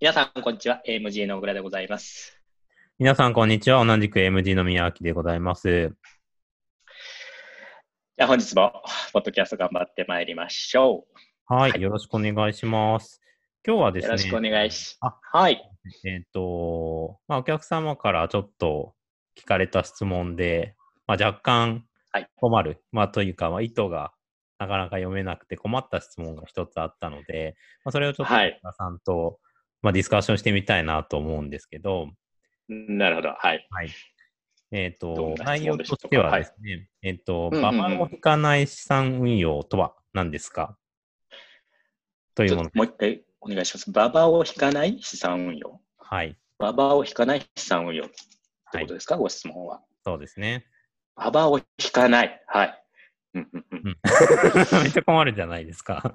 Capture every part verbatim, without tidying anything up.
皆さん、こんにちは。エムジー の小倉でございます。 皆さん、こんにちは。同じく エムジー の宮脇でございます。 じゃあ、本日も、ポッドキャスト頑張ってまいりましょう。 はい。 はい。 よろしくお願いします。今日はでよろしくおすね、 願いしあ、 はい。 えっと、まあ、お客様からちょっと聞かれた質問で、まあ、若干はい。 困る、まあ、というか、まあ、意図がなかなか読めなくて困った質問が一つあったので、まあ、それをちょっとはい。 皆さんと、まあ、ディスカッションしてみたいなと思うんですけど、 なるほど。はい。 はい。えっと、 どんな質内容問でしょうか。 としてははい。 ですね、えっと、 うんうんうババをん。 引かない資産運用とは何ですかというちょっとものです。 もう一回お願いします。ババを引かない資産運用。 はい。 ババを引かない資産運用ってはい。 ことですか、ご質問は。 そうですね。 ババを引かない。はい。うんうんうん。 うん。めっちゃ困るじゃないですか。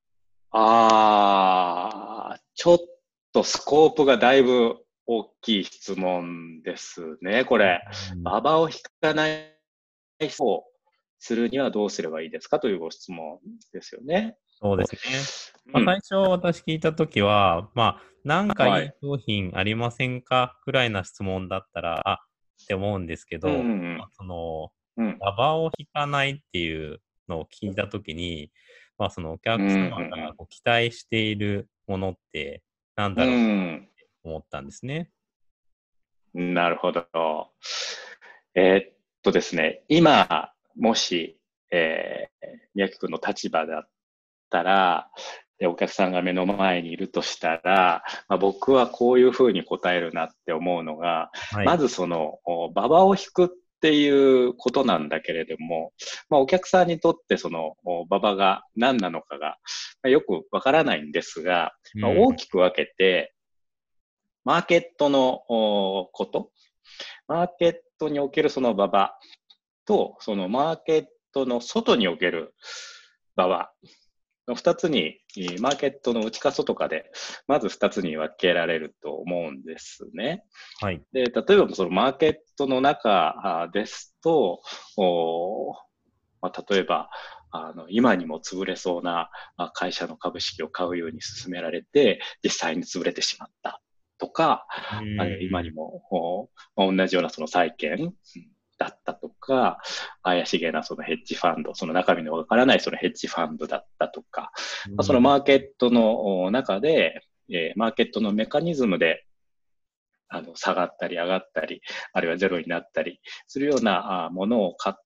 あー、ちょっとスコープがだいぶ大きい質問ですね、これ。 うん、 馬場を引かないをするにはどうすればいいですかというご質問ですよね。 そうですね。まあ、最うん。 初私聞いたときは、まあ、なんかいいはい。 商品ありませんかくらいな質問だったら、あ、って思うんですけうんうど、まあ、 んその、 うん。うん。 馬場を引かないっていうのを聞いたときに、まあ、そのお客様うんがこう期待しているものってなんうんだろうとうん。 思ったんですね。 うん。なるほど。えーっとですね、今、もし、えー、宮城くんの立場だったら、で、お客さんが目の前にいるとしたら、まあ、僕はこういうふうに答えるなって思うのが、 はい。 まずその、馬場を引くっていうことなんだけれども、まあ、お客さんにとってその、馬場が何なのかが、まあ、よくわからないんですが、まあ、 うん。 大きく分けて、マーケットのこと、マーケットにおけるその馬場と、そのマーケットの外における馬場の二つに、マーケットの内か外かで、まず二つに分けられると思うんですね。 はい。 で、例えばそのマーケットの中ですと、おまあ、例えば、あの、今にも潰れそうな会社の株式を買うように勧められて、実際に潰れてしまったとか、 うあるいは今にん。 も、まあ、同じようなその債券だったとか、怪しげなそのヘッジファンド、その中身のわからないそのヘッジファンドだったとか、まあ、そのうん。 マーケットの中で、えー、マーケットのメカニズムであの下がったり上がったり、あるいはゼロになったりするようなものを買って、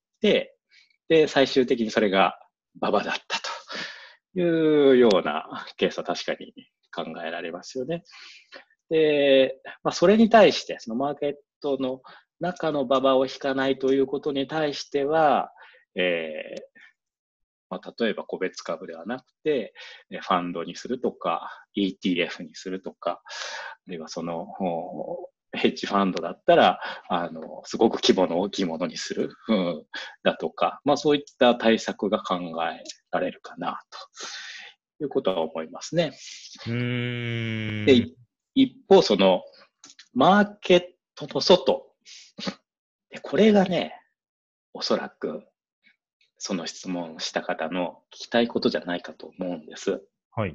で、最終的にそれがババだったというようなケースは確かに考えられますよね。で、まあ、それに対して、そのマーケットの中のババを引かないということに対しては、えーまあ、例えば個別株ではなくて、ファンドにするとか、イーティーエフ にするとか、あるいはその、ヘッジファンドだったら、あの、すごく規模の大きいものにする、うん、だとか、まあそういった対策が考えられるかな、ということは思いますね。 うーで、 ん。 一方、その、マーケットの外。で、これがね、おそらく、その質問をした方の聞きたいことじゃないかと思うんです。 はい。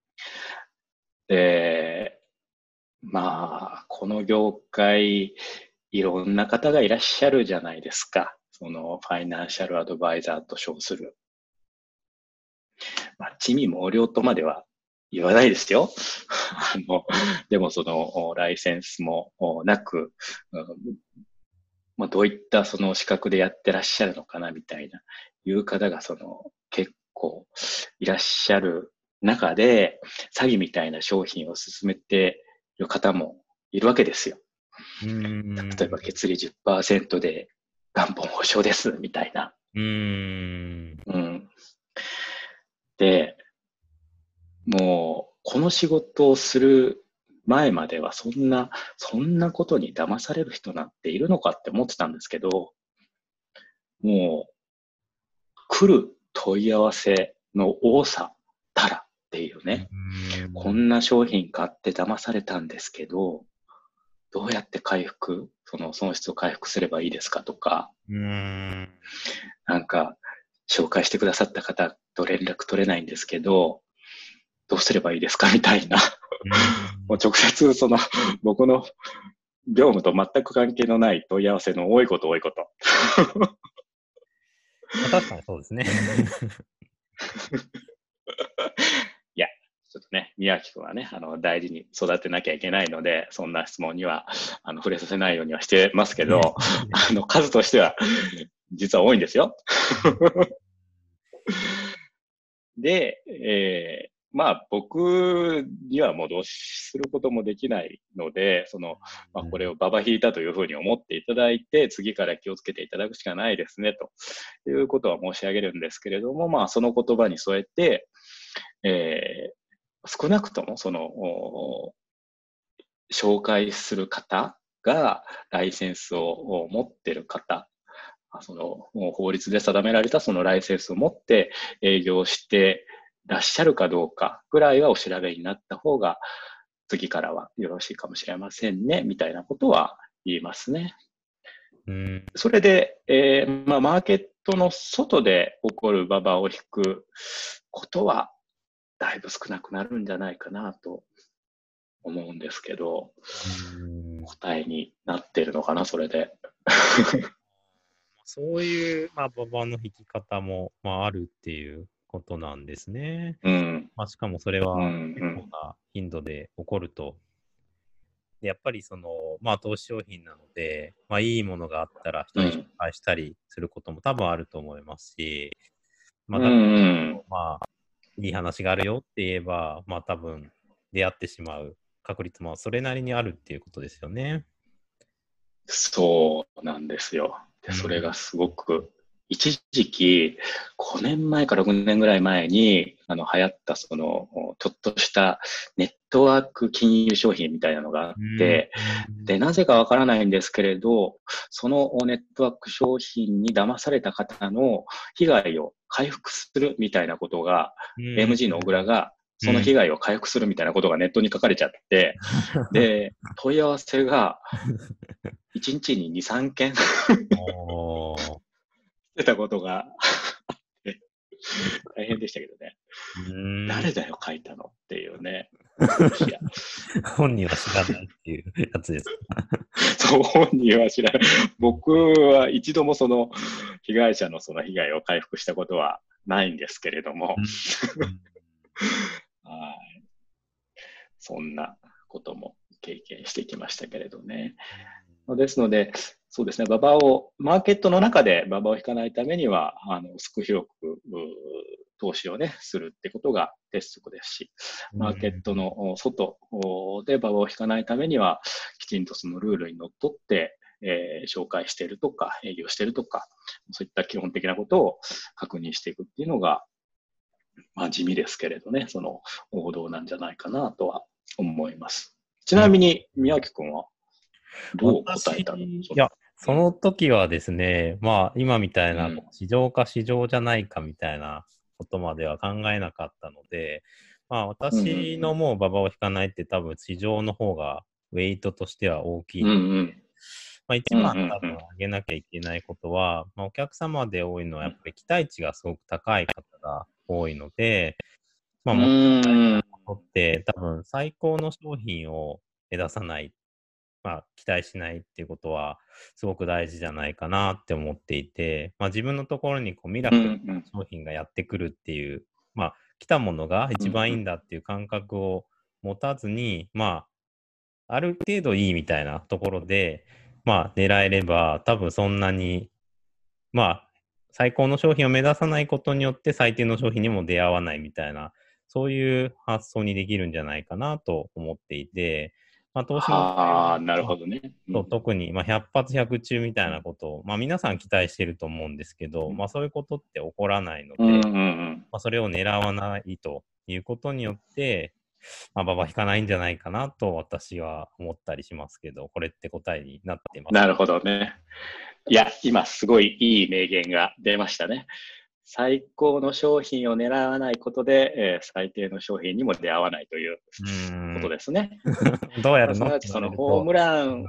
で、まあ、この業界、いろんな方がいらっしゃるじゃないですか。その、ファイナンシャルアドバイザーと称する。まあ、地味猛量とまでは言わないですよ。あの、でもその、ライセンスもなく、うんまあ、どういったその資格でやってらっしゃるのかなみたいな、いう方がその、結構いらっしゃる中で、詐欺みたいな商品を進めている方もいるわけですよ。 うー例えば、 ん。 血利じゅっパーセントで元本保証です、みたいな。 うーん。 うん。で、もう、この仕事をする前までは、そんな、そんなことに騙される人なんているのかって思ってたんですけど、もう、来る問い合わせの多さたらっていううね。 ーん。 こんな商品買って騙されたんですけど、どうやって回復、その損失を回復すればいいですかとか、 うーん。 なんか、紹介してくださった方と連絡取れないんですけど、どうすればいいですかみたいな。 うーもう直接その僕の業務と全く関係のない問い合わせの多いこと多いこと。 確かにそうですね。 いや、ちょっとね、宮脇君はね、あの、大事に育てなきゃいけないので、そんな質問には、あの、触れさせないようにはしてますけど、あの、数としては、実は多いんですよ。で、えー、まあ、僕にはもうどうすることもできないので、その、まあ、これをババ引いたというふうに思っていただいて、次から気をつけていただくしかないですね、ということは申し上げるんですけれども、まあ、その言葉に添えて、えー、少なくとも、その、紹介する方が、ライセンスを持っている方、その法律で定められたそのライセンスを持って営業してらっしゃるかどうかぐらいはお調べになった方が次からはよろしいかもしれませんねみたいなことは言いますね。 うん、 それで、えーまあ、マーケットの外で起こるババを引くことはだいぶ少なくなるんじゃないかなと思うんですけど、うん、答えになっているのかな、それで。 そういう、まあ、ババの引き方も、まあ、あるっていうことなんですね。 うん。 まあ、しかもそれは結構な頻度で起こると。でやっぱりその、まあ、投資商品なので、まあ、いいものがあったら人に紹介したりすることも多分あると思いますし、まあ、だから、まあ、いい話があるよって言えば、まあ、多分出会ってしまう確率もそれなりにあるっていうことですよね。 そうなんですよ。で、それがすごく、一時期、ごねんまえかろくねんぐらい前に、あの、流行った、その、ちょっとしたネットワーク金融商品みたいなのがあって、で、なぜかわからないんですけれど、そのネットワーク商品に騙された方の被害を回復するみたいなことが、エムジー の小倉が、その被害を回復するみたいなことがネットに書かれちゃって、で、問い合わせが、いちにちにに、さんけん出たことがあって、大変でしたけどね。誰だよ、書いたのっていうね。 本人は知らないっていうやつですか。 そう、本人は知らない。僕は一度もその被害者のその被害を回復したことはないんですけれども、はい、そんなことも経験してきましたけれどね。ですので、そうですね、ババを、マーケットの中でババを引かないためには、あの、薄く広く、投資をね、するってことが鉄則ですし、マーケットの外でババを引かないためには、きちんとそのルールにのっとって、えー、紹介しているとか、営業しているとか、そういった基本的なことを確認していくっていうのが、まあ地味ですけれどね、その王道なんじゃないかなとは思います。ちなみに、宮城くんはどう答えたの？いや、その時はですね、まあ、今みたいな、市場か市場じゃないかみたいなことまでは考えなかったので、まあ、私のもうババを引かないって多分市場の方がウェイトとしては大きいので、うんうん、まあ、一番多分上げなきゃいけないことは、まあ、お客様で多いのはやっぱり期待値がすごく高い方が多いので、まあ、もったいことって多分最高の商品を目指さない、まあ、期待しないっていうことはすごく大事じゃないかなって思っていて、まあ、自分のところにこうミラクルな商品がやってくるっていう、まあ、来たものが一番いいんだっていう感覚を持たずに、まあ、ある程度いいみたいなところで、まあ、狙えれば多分そんなに、まあ、最高の商品を目指さないことによって最低の商品にも出会わないみたいな、そういう発想にできるんじゃないかなと思っていて、まあ、投資のああ、なるほどね。 うん、特に、まあ、ひゃく発ひゃく中みたいなことを、まあ、皆さん期待してると思うんですけど、まあ、そういうことって起こらないので、うんうんうん、まあ、それを狙わないということによって、まあ、ババ引かないんじゃないかなと私は思ったりしますけど、これって答えになってます。 なるほどね。いや、今すごいいい名言が出ましたね。最高の商品を狙わないことで、えー、最低の商品にも出会わないということですね。 どうやるの？ すなわちそのホームラン、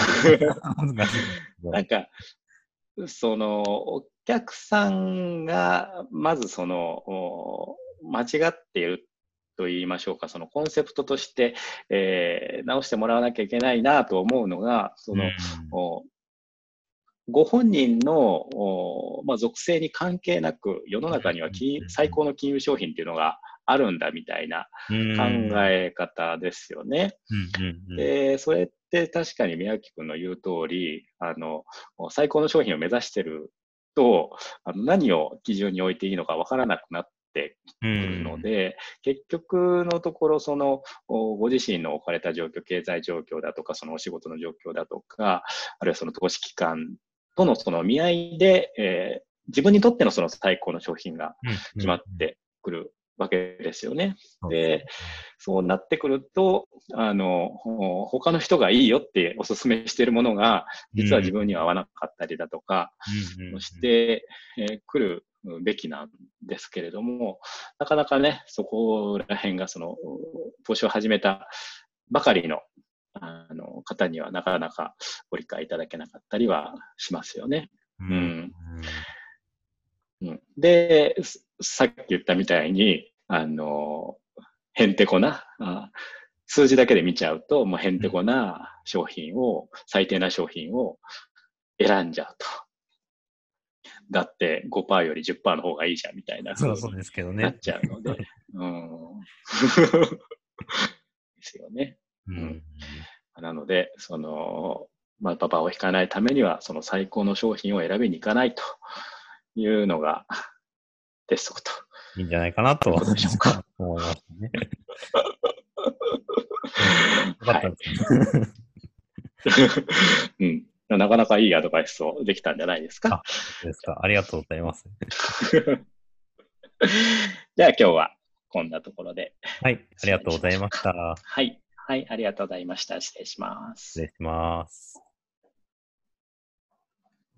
なんか、そのお客さんがまずその間違っていると言いましょうか、そのコンセプトとして、えー、直してもらわなきゃいけないなと思うのが、その、うん、ご本人の、まあ、属性に関係なく、世の中には最高の金融商品っていうのがあるんだみたいな考え方ですよね。で、それって確かに宮脇君の言う通り、あの、最高の商品を目指してると、あの何を基準に置いていいのかわからなくなってくるので、結局のところ、その、ご自身の置かれた状況、経済状況だとか、そのお仕事の状況だとか、あるいはその投資機関とのその見合いで、えー、自分にとってのその最高の商品が決まってくるわけですよね。うんうん、で、そうなってくると、あの、他の人がいいよってお勧めしているものが、実は自分には合わなかったりだとか、してくるべきなんですけれども、なかなかね、そこら辺がその、投資を始めたばかりのあの方にはなかなかご理解いただけなかったりはしますよね。うん。うん、で、さっき言ったみたいに、あの、へんてこな、あ数字だけで見ちゃうと、もうへんてこな商品を、最低な商品を選んじゃうと。だって ごパーセント より じゅっパーセント の方がいいじゃんみたいな風になっちゃうので。うん。ですよね。うん。なので、その、まあ、パパを引かないためには、その最高の商品を選びに行かないというのが鉄則と。 いいんじゃないかなと思いましたね。 はい。うん。なかなかいいアドバイスをできたんじゃないですか。 あ、そうですか。ありがとうございます。 では今日はこんなところで。 はい、ありがとうございました。 はい。はい、ありがとうございました。失礼します。 失礼します。